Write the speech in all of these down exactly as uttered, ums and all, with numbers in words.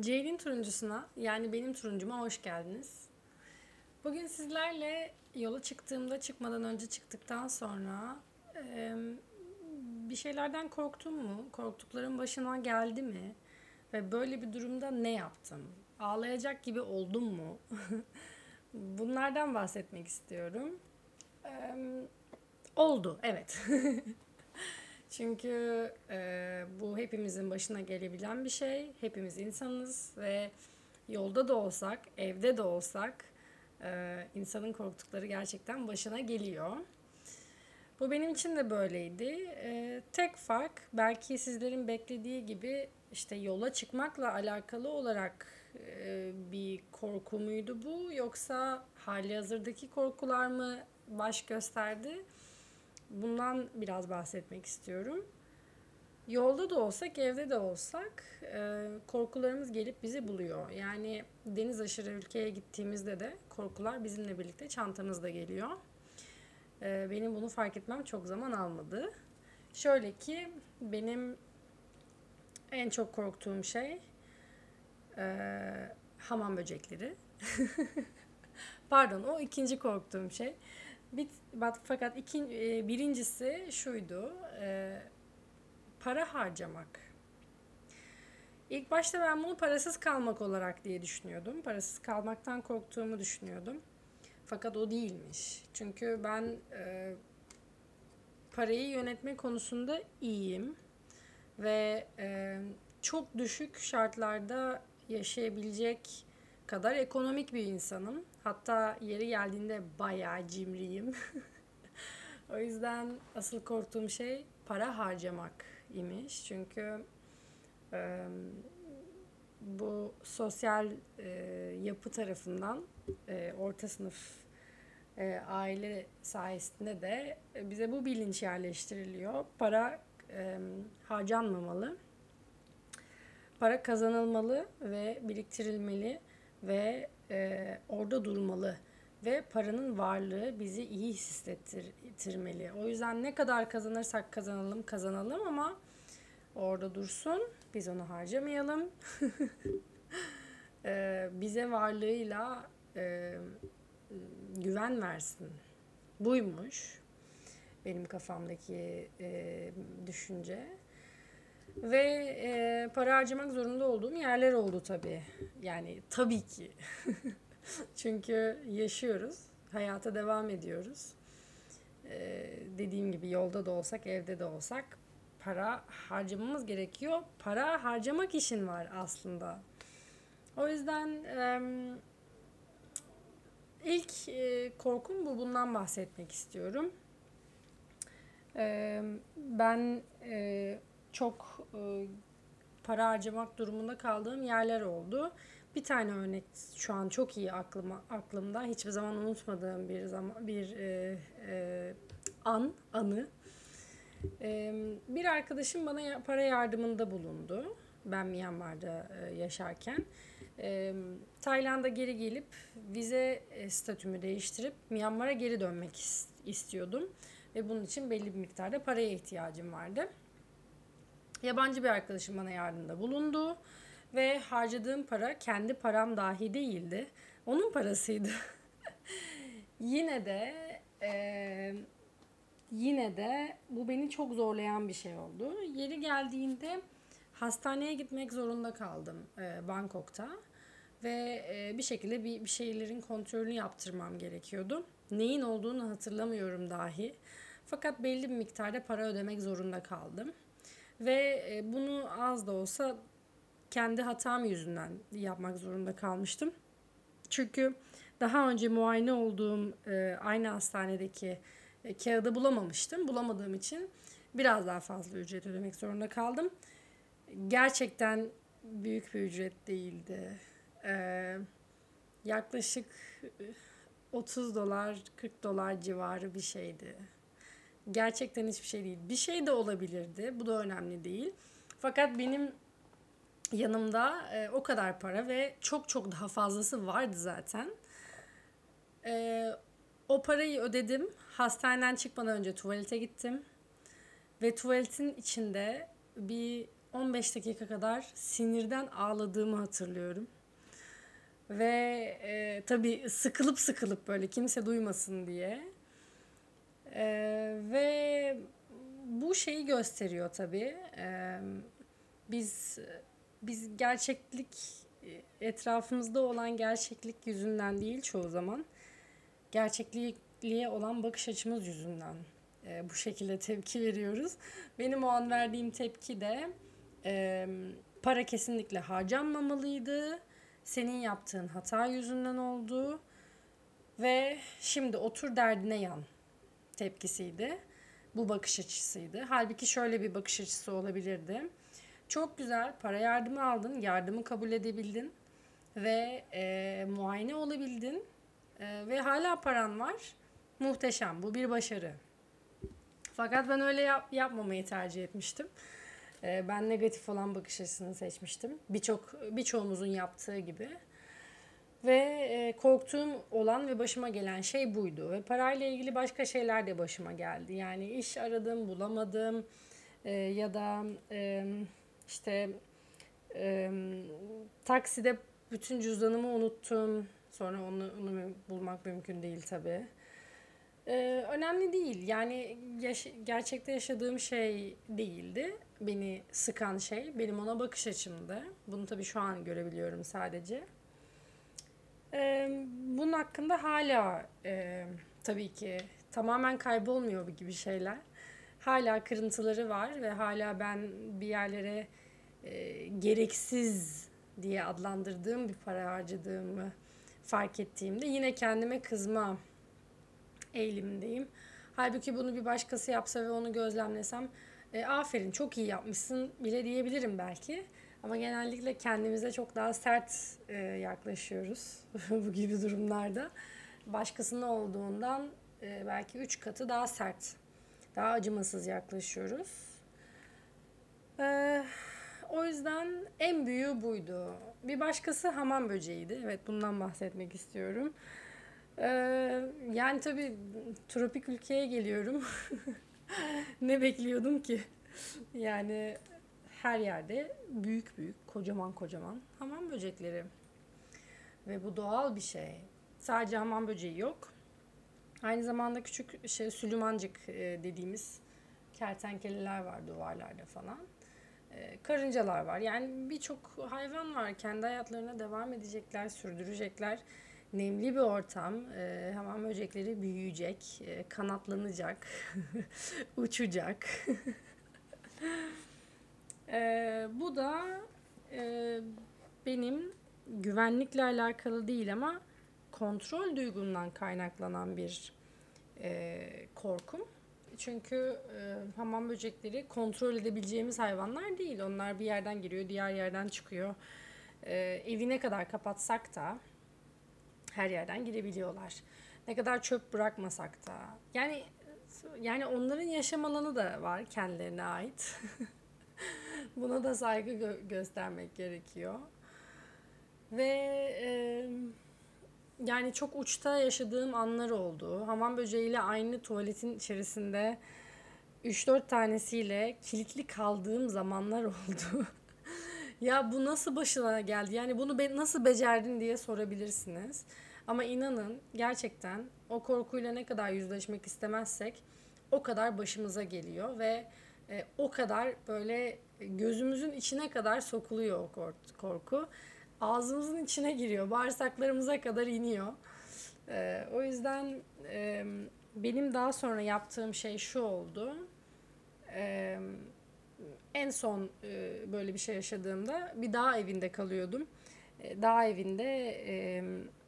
Ceylin turuncusuna yani benim turuncuma hoş geldiniz. Bugün sizlerle yola çıktığımda çıkmadan önce çıktıktan sonra e, bir şeylerden korktum mu? Korktuklarım başıma geldi mi? Ve böyle bir durumda ne yaptım? Ağlayacak gibi oldum mu? Bunlardan bahsetmek istiyorum. E, Oldu, evet. Çünkü e, bu hepimizin başına gelebilen bir şey. Hepimiz insanız ve yolda da olsak, evde de olsak e, insanın korktukları gerçekten başına geliyor. Bu benim için de böyleydi. E, tek fark belki sizlerin beklediği gibi işte yola çıkmakla alakalı olarak e, bir korku muydu bu yoksa hali hazırdaki korkular mı baş gösterdi? Bundan biraz bahsetmek istiyorum. Yolda da olsak, evde de olsak e, korkularımız gelip bizi buluyor. Yani deniz aşırı ülkeye gittiğimizde de korkular bizimle birlikte çantamızda geliyor. E, benim bunu fark etmem çok zaman almadı. Şöyle ki benim en çok korktuğum şey e, hamam böcekleri. Pardon, o ikinci korktuğum şey. Bir, fakat iki, e, birincisi şuydu, e, para harcamak. İlk başta ben bunu parasız kalmak olarak diye düşünüyordum. Parasız kalmaktan korktuğumu düşünüyordum. Fakat o değilmiş. Çünkü ben e, parayı yönetme konusunda iyiyim ve e, çok düşük şartlarda yaşayabilecek kadar ekonomik bir insanım. Hatta yeri geldiğinde bayağı cimriyim. O yüzden asıl korktuğum şey para harcamak imiş. Çünkü e, bu sosyal e, yapı tarafından e, orta sınıf e, aile sayesinde de bize bu bilinç yerleştiriliyor. Para e, harcanmamalı, para kazanılmalı ve biriktirilmeli ve e, orada durmalı ve paranın varlığı bizi iyi hissettirmeli. O yüzden ne kadar kazanırsak kazanalım kazanalım ama orada dursun. Biz onu harcamayalım. Ee, bize varlığıyla e, güven versin. Buymuş benim kafamdaki e, düşünce. Ve e, para harcamak zorunda olduğum yerler oldu tabii. Yani tabii ki. Çünkü yaşıyoruz, hayata devam ediyoruz. Ee, dediğim gibi yolda da olsak, evde de olsak para harcamamız gerekiyor. Para harcamak için var aslında. O yüzden e, ilk e, korkum bu. Bundan bahsetmek istiyorum. E, ben e, çok e, para harcamak durumunda kaldığım yerler oldu. Bir tane örnek şu an çok iyi aklıma aklımda. Hiçbir zaman unutmadığım bir zaman bir e, e, an anı. E, bir arkadaşım bana para yardımında bulundu. Ben Myanmar'da e, yaşarken. E, Tayland'a geri gelip vize e, statümü değiştirip Myanmar'a geri dönmek istiyordum. Ve bunun için belli bir miktarda paraya ihtiyacım vardı. Yabancı bir arkadaşım bana yardımda bulundu. Ve harcadığım para kendi param dahi değildi. Onun parasıydı. Yine de e, yine de bu beni çok zorlayan bir şey oldu. Yeri geldiğinde hastaneye gitmek zorunda kaldım e, Bangkok'ta. Ve e, bir şekilde bir, bir şeylerin kontrolünü yaptırmam gerekiyordu. Neyin olduğunu hatırlamıyorum dahi. Fakat belli bir miktarda para ödemek zorunda kaldım. Ve e, bunu az da olsa kendi hatam yüzünden yapmak zorunda kalmıştım. Çünkü daha önce muayene olduğum e, aynı hastanedeki e, kağıdı bulamamıştım. Bulamadığım için biraz daha fazla ücret ödemek zorunda kaldım. Gerçekten büyük bir ücret değildi. Ee, yaklaşık otuz dolar, kırk dolar civarı bir şeydi. Gerçekten hiçbir şey değil. Bir şey de olabilirdi. Bu da önemli değil. Fakat benim yanımda e, o kadar para ve çok çok daha fazlası vardı zaten. E, o parayı ödedim. Hastaneden çıkmadan önce tuvalete gittim. Ve tuvaletin içinde bir on beş dakika kadar sinirden ağladığımı hatırlıyorum. Ve e, tabii sıkılıp sıkılıp böyle kimse duymasın diye. E, ve bu şeyi gösteriyor tabii. E, biz biz gerçeklik etrafımızda olan gerçeklik yüzünden değil çoğu zaman gerçekliğe olan bakış açımız yüzünden e, bu şekilde tepki veriyoruz. Benim o an verdiğim tepki de e, para kesinlikle harcanmamalıydı. Senin yaptığın hata yüzünden oldu ve şimdi otur derdine yan tepkisiydi. Bu bakış açısıydı. Halbuki şöyle bir bakış açısı olabilirdi. Çok güzel, para yardımı aldın, yardımı kabul edebildin ve e, muayene olabildin e, ve hala paran var. Muhteşem, bu bir başarı. Fakat ben öyle yap, yapmamayı tercih etmiştim. E, ben negatif olan bakış açısını seçmiştim. Birçok birçoğumuzun yaptığı gibi. Ve e, korktuğum olan ve başıma gelen şey buydu. Ve parayla ilgili başka şeyler de başıma geldi. Yani iş aradım, bulamadım e, ya da e, işte e, takside bütün cüzdanımı unuttum. Sonra onu, onu bulmak mümkün değil tabii. E, önemli değil. Yani yaş- gerçekte yaşadığım şey değildi. Beni sıkan şey benim ona bakış açımdı. Bunu tabii şu an görebiliyorum sadece. Ee, bunun hakkında hala e, tabii ki tamamen kaybolmuyor bu gibi şeyler. Hala kırıntıları var ve hala ben bir yerlere e, gereksiz diye adlandırdığım bir para harcadığımı fark ettiğimde yine kendime kızma eğilimindeyim. Halbuki bunu bir başkası yapsa ve onu gözlemlesem e, aferin çok iyi yapmışsın bile diyebilirim belki. Ama genellikle kendimize çok daha sert e, yaklaşıyoruz bu gibi durumlarda. Başkasının olduğundan e, belki üç katı daha sert, daha acımasız yaklaşıyoruz. E, o yüzden en büyüğü buydu. Bir başkası hamam böceğiydi. Evet bundan bahsetmek istiyorum. Ee, yani tabii tropik ülkeye geliyorum. Ne bekliyordum ki? Yani her yerde büyük büyük, kocaman kocaman hamam böcekleri. Ve bu doğal bir şey. Sadece hamam böceği yok. Aynı zamanda küçük şey süleymancık e, dediğimiz kertenkeleler var duvarlarda falan. E, karıncalar var. Yani birçok hayvan var. Kendi hayatlarına devam edecekler, sürdürecekler. Nemli bir ortam. E, hamam böcekleri büyüyecek, e, kanatlanacak, uçacak. E, bu da e, benim güvenlikle alakalı değil ama kontrol duygumdan kaynaklanan bir e, korkum. Çünkü e, hamam böcekleri kontrol edebileceğimiz hayvanlar değil. Onlar bir yerden giriyor, diğer yerden çıkıyor. E, evi ne kadar kapatsak da her yerden girebiliyorlar. Ne kadar çöp bırakmasak da. Yani yani onların yaşam alanı da var kendilerine ait. Buna da saygı gö- göstermek gerekiyor. Ve e, yani çok uçta yaşadığım anlar oldu. Hamam böceğiyle aynı tuvaletin içerisinde üç dört tanesiyle kilitli kaldığım zamanlar oldu. Ya bu nasıl başına geldi? Yani bunu be- nasıl becerdin diye sorabilirsiniz. Ama inanın gerçekten o korkuyla ne kadar yüzleşmek istemezsek o kadar başımıza geliyor ve e, o kadar böyle gözümüzün içine kadar sokuluyor o korku. Ağzımızın içine giriyor, bağırsaklarımıza kadar iniyor. E, o yüzden e, benim daha sonra yaptığım şey şu oldu. E, en son e, böyle bir şey yaşadığımda bir dağ evinde kalıyordum. E, dağ evinde e,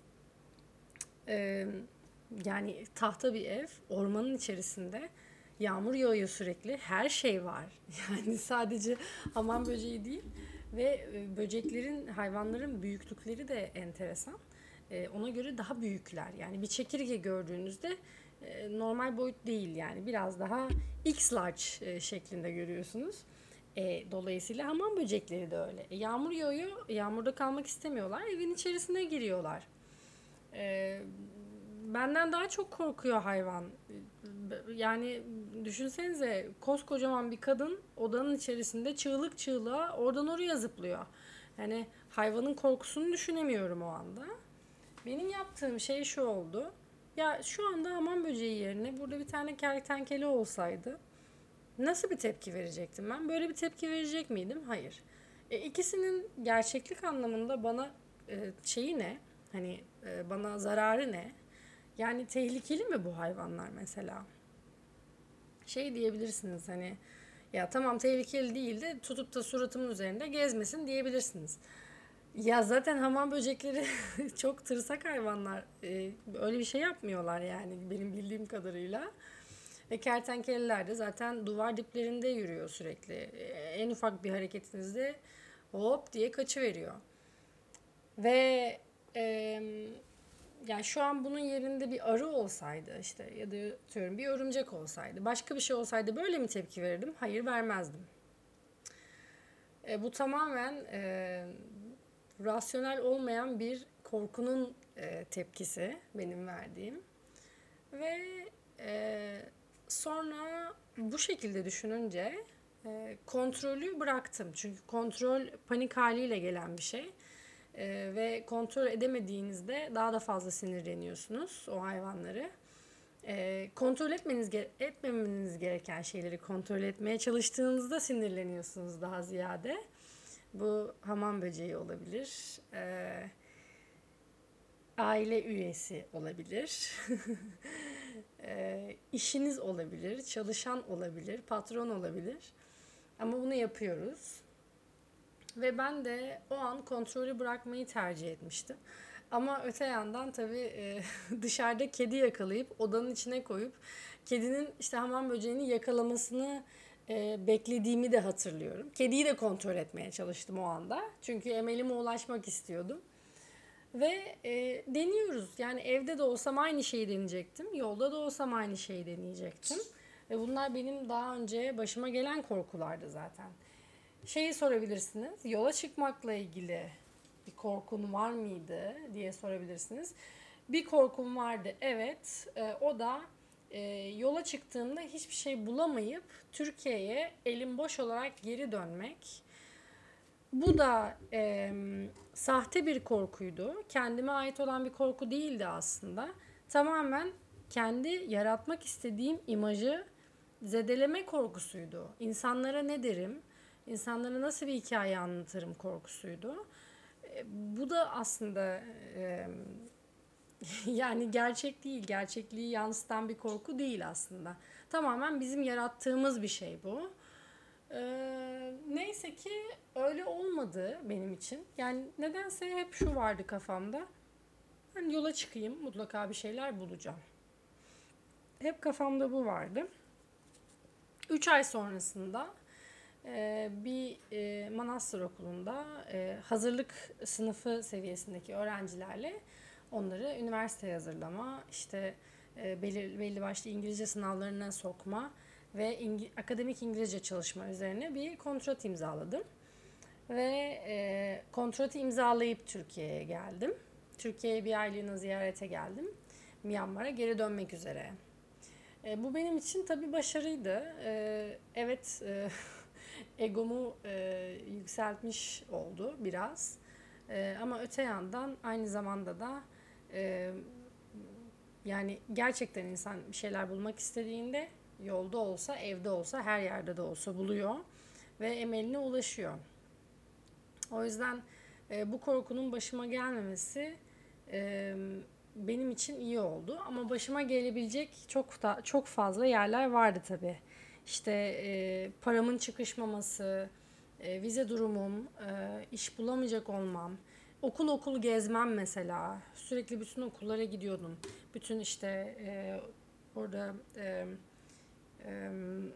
e, yani tahta bir ev, ormanın içerisinde. Yağmur yağıyor sürekli. Her şey var. Yani sadece hamam böceği değil. Ve e, böceklerin, hayvanların büyüklükleri de enteresan. E, ona göre daha büyükler. Yani bir çekirge gördüğünüzde e, normal boyut değil yani. Biraz daha X-large e, şeklinde görüyorsunuz. E, dolayısıyla hamam böcekleri de öyle. E, yağmur yağıyor, yağmurda kalmak istemiyorlar. Evin içerisine giriyorlar. E, benden daha çok korkuyor hayvan. yani düşünsenize, koskocaman bir kadın odanın içerisinde çığlık çığlığa oradan oraya zıplıyor. Yani hayvanın korkusunu düşünemiyorum o anda. Benim yaptığım şey şu oldu. Ya şu anda hamam böceği yerine burada bir tane kertenkele olsaydı nasıl bir tepki verecektim ben? Böyle bir tepki verecek miydim? Hayır. E, ikisinin gerçeklik anlamında bana e, şeyi ne? Hani e, bana zararı ne? Yani tehlikeli mi bu hayvanlar mesela? Şey diyebilirsiniz hani, ya tamam tehlikeli değil de tutup da suratımın üzerinde gezmesin diyebilirsiniz. Ya zaten hamam böcekleri çok tırsak hayvanlar. Ee, öyle bir şey yapmıyorlar yani benim bildiğim kadarıyla. Ve kertenkeleler de zaten duvar diplerinde yürüyor sürekli. Ee, en ufak bir hareketinizde hop diye kaçıveriyor. Ve e, yani şu an bunun yerinde bir arı olsaydı işte, ya da diyorum bir örümcek olsaydı, başka bir şey olsaydı böyle mi tepki verirdim? Hayır, vermezdim. E, bu tamamen e, rasyonel olmayan bir korkunun e, tepkisi benim verdiğim. Ve e, sonra bu şekilde düşününce e, kontrolü bıraktım. Çünkü kontrol panik haliyle gelen bir şey. E, ve kontrol edemediğinizde daha da fazla sinirleniyorsunuz o hayvanları. E, kontrol etmeniz etmemeniz gereken şeyleri kontrol etmeye çalıştığınızda sinirleniyorsunuz daha ziyade. Bu hamam böceği olabilir. E, aile üyesi olabilir. e, işiniz olabilir, çalışan olabilir, patron olabilir. Ama bunu yapıyoruz. Ve ben de o an kontrolü bırakmayı tercih etmiştim. Ama öte yandan tabii e, dışarıda kedi yakalayıp odanın içine koyup kedinin işte hamam böceğini yakalamasını e, beklediğimi de hatırlıyorum. Kediyi de kontrol etmeye çalıştım o anda. Çünkü emelime ulaşmak istiyordum. Ve e, deniyoruz. Yani evde de olsam aynı şeyi deneyecektim. Yolda da olsam aynı şeyi deneyecektim. Ve bunlar benim daha önce başıma gelen korkulardı zaten. Şeyi sorabilirsiniz. Yola çıkmakla ilgili bir korkun var mıydı diye sorabilirsiniz. Bir korkum vardı, evet. E, o da e, yola çıktığımda hiçbir şey bulamayıp Türkiye'ye elim boş olarak geri dönmek. Bu da e, sahte bir korkuydu. Kendime ait olan bir korku değildi aslında. Tamamen kendi yaratmak istediğim imajı zedeleme korkusuydu. İnsanlara ne derim? İnsanlara nasıl bir hikaye anlatırım korkusuydu. E, bu da aslında e, yani gerçek değil, gerçekliği yansıtan bir korku değil aslında. Tamamen bizim yarattığımız bir şey bu. Ee, neyse ki öyle olmadı benim için. Yani nedense hep şu vardı kafamda. Ben yola çıkayım, mutlaka bir şeyler bulacağım. Hep kafamda bu vardı. Üç ay sonrasında e, bir e, manastır okulunda e, hazırlık sınıfı seviyesindeki öğrencilerle onları üniversiteye hazırlama, işte e, belli, belli başlı İngilizce sınavlarına sokma ve İngi- akademik İngilizce çalışma üzerine bir kontrat imzaladım. Ve e, kontratı imzalayıp Türkiye'ye geldim. Türkiye'ye bir aylığına ziyarete geldim. Myanmar'a geri dönmek üzere. E, bu benim için tabii başarıydı. E, evet, e, egomu e, yükseltmiş oldu biraz. E, ama öte yandan aynı zamanda da e, yani gerçekten insan bir şeyler bulmak istediğinde yolda olsa, evde olsa, her yerde de olsa buluyor ve emeline ulaşıyor. O yüzden e, bu korkunun başıma gelmemesi e, benim için iyi oldu. Ama başıma gelebilecek çok da çok fazla yerler vardı tabii. İşte e, paramın çıkışmaması, e, vize durumum, e, iş bulamayacak olmam, okul okul gezmem mesela. Sürekli bütün okullara gidiyordum. Bütün işte e, orada e, e,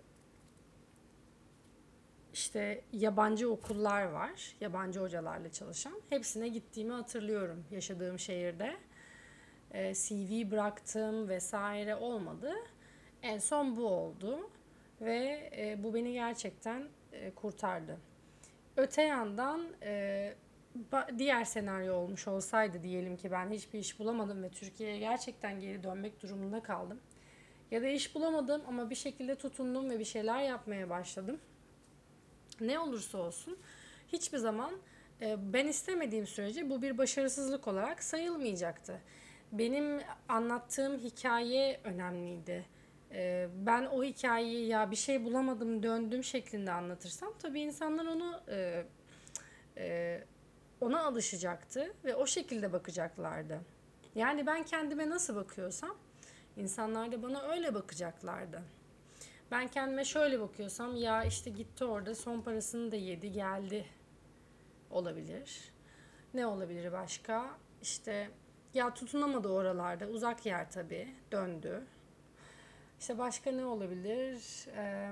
işte yabancı okullar var. Yabancı hocalarla çalışan. Hepsine gittiğimi hatırlıyorum yaşadığım şehirde. E, C V bıraktım vesaire olmadı. En son bu oldu. Ve e, bu beni gerçekten e, kurtardı. Öte yandan e, diğer senaryo olmuş olsaydı, diyelim ki ben hiçbir iş bulamadım ve Türkiye'ye gerçekten geri dönmek durumunda kaldım. Ya da iş bulamadım ama bir şekilde tutundum ve bir şeyler yapmaya başladım. Ne olursa olsun hiçbir zaman e, ben istemediğim sürece bu bir başarısızlık olarak sayılmayacaktı. Benim anlattığım hikaye önemliydi. E, ben o hikayeyi ya bir şey bulamadım döndüm şeklinde anlatırsam tabii insanlar onu e, e, ona alışacaktı ve o şekilde bakacaklardı. Yani ben kendime nasıl bakıyorsam insanlar da bana öyle bakacaklardı. Ben kendime şöyle bakıyorsam ya işte gitti orada son parasını da yedi geldi olabilir. Ne olabilir başka? İşte ya tutunamadı oralarda uzak yer tabii döndü. İşte başka ne olabilir? Ee,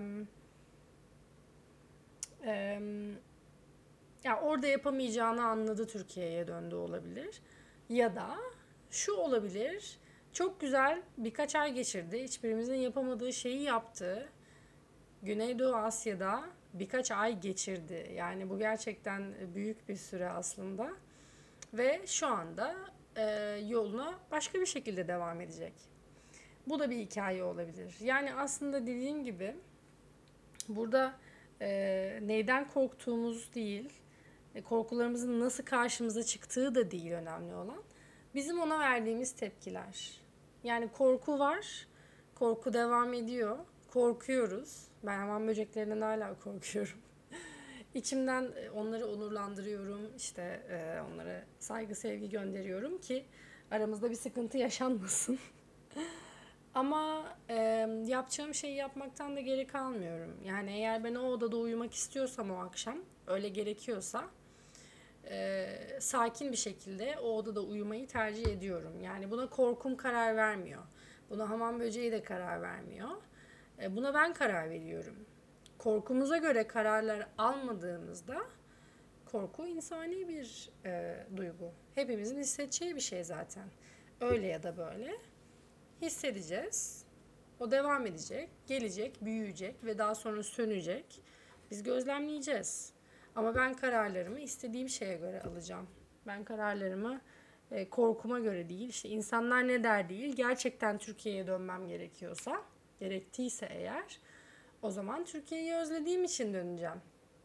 e, ya orada yapamayacağını anladı Türkiye'ye döndü olabilir. Ya da şu olabilir. Çok güzel birkaç ay geçirdi. Hiçbirimizin yapamadığı şeyi yaptı. Güneydoğu Asya'da birkaç ay geçirdi. Yani bu gerçekten büyük bir süre aslında. Ve şu anda e, yoluna başka bir şekilde devam edecek. Bu da bir hikaye olabilir. Yani aslında dediğim gibi burada e, neyden korktuğumuz değil, e, korkularımızın nasıl karşımıza çıktığı da değil önemli olan. Bizim ona verdiğimiz tepkiler. Yani korku var, korku devam ediyor, korkuyoruz. Ben hamam böceklerinden hala korkuyorum. İçimden onları onurlandırıyorum, işte e, onlara saygı sevgi gönderiyorum ki aramızda bir sıkıntı yaşanmasın. Ama e, yapacağım şeyi yapmaktan da geri kalmıyorum. Yani eğer ben o odada uyumak istiyorsam o akşam, öyle gerekiyorsa e, sakin bir şekilde o odada uyumayı tercih ediyorum. Yani buna korkum karar vermiyor. Buna hamam böceği de karar vermiyor. E, buna ben karar veriyorum. Korkumuza göre kararlar almadığımızda korku insani bir e, duygu. Hepimizin hissedeceği bir şey zaten. Öyle ya da böyle hissedeceğiz. O devam edecek, gelecek, büyüyecek ve daha sonra sönecek. Biz gözlemleyeceğiz. Ama ben kararlarımı istediğim şeye göre alacağım. Ben kararlarımı e, korkuma göre değil, işte insanlar ne der değil, gerçekten Türkiye'ye dönmem gerekiyorsa, gerektiyse eğer, o zaman Türkiye'yi özlediğim için döneceğim.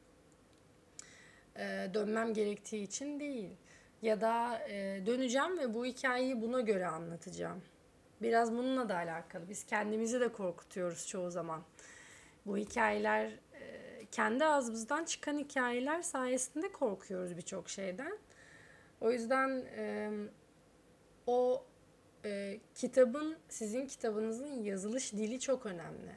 E, dönmem gerektiği için değil. Ya da e, döneceğim ve bu hikayeyi buna göre anlatacağım. Biraz bununla da alakalı. Biz kendimizi de korkutuyoruz çoğu zaman. Bu hikayeler e, kendi ağzımızdan çıkan hikayeler sayesinde korkuyoruz birçok şeyden. O yüzden e, o e, kitabın, sizin kitabınızın yazılış dili çok önemli.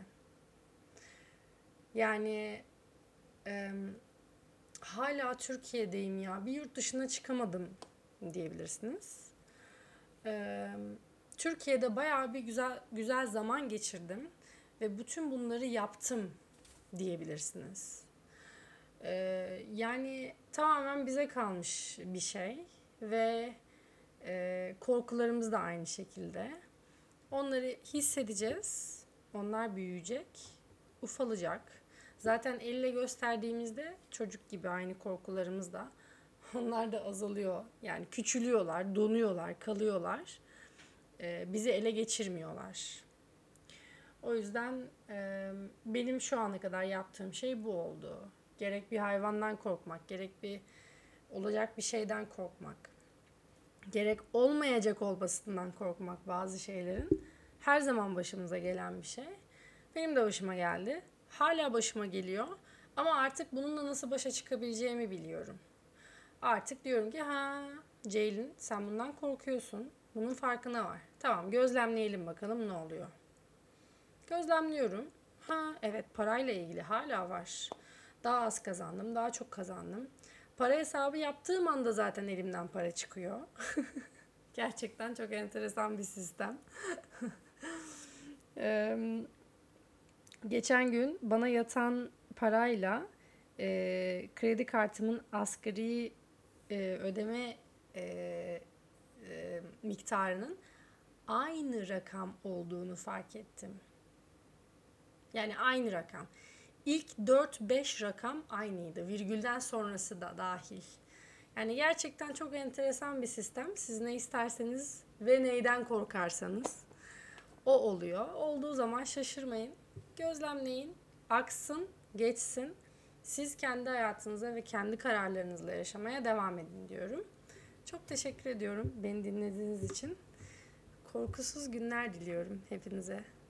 Yani e, hala Türkiye'deyim ya, bir yurt dışına çıkamadım diyebilirsiniz. E, Türkiye'de bayağı bir güzel güzel zaman geçirdim ve bütün bunları yaptım diyebilirsiniz. Ee, yani tamamen bize kalmış bir şey ve e, korkularımız da aynı şekilde. Onları hissedeceğiz, onlar büyüyecek, ufalacak. Zaten elle gösterdiğimizde çocuk gibi aynı korkularımız da onlar da azalıyor. Yani küçülüyorlar, donuyorlar, kalıyorlar. Ee, bizi ele geçirmiyorlar. O yüzden e, benim şu ana kadar yaptığım şey bu oldu. Gerek bir hayvandan korkmak, gerek bir olacak bir şeyden korkmak, gerek olmayacak olmasından korkmak bazı şeylerin her zaman başımıza gelen bir şey. Benim de başıma geldi. Hala başıma geliyor. Ama artık bununla nasıl başa çıkabileceğimi biliyorum. Artık diyorum ki ha Ceylin sen bundan korkuyorsun. Bunun farkına var. Tamam gözlemleyelim bakalım ne oluyor. Gözlemliyorum. Ha evet parayla ilgili hala var. Daha az kazandım, daha çok kazandım. Para hesabı yaptığım anda zaten elimden para çıkıyor. Gerçekten çok enteresan bir sistem. Ee, geçen gün bana yatan parayla e, kredi kartımın asgari e, ödeme e, e, miktarının aynı rakam olduğunu fark ettim. Yani aynı rakam. İlk dört beş rakam aynıydı. Virgülden sonrası da dahil. Yani gerçekten çok enteresan bir sistem. Siz ne isterseniz ve neyden korkarsanız o oluyor. Olduğu zaman şaşırmayın. Gözlemleyin, aksın, geçsin. Siz kendi hayatınıza ve kendi kararlarınızla yaşamaya devam edin diyorum. Çok teşekkür ediyorum beni dinlediğiniz için. Korkusuz günler diliyorum hepinize.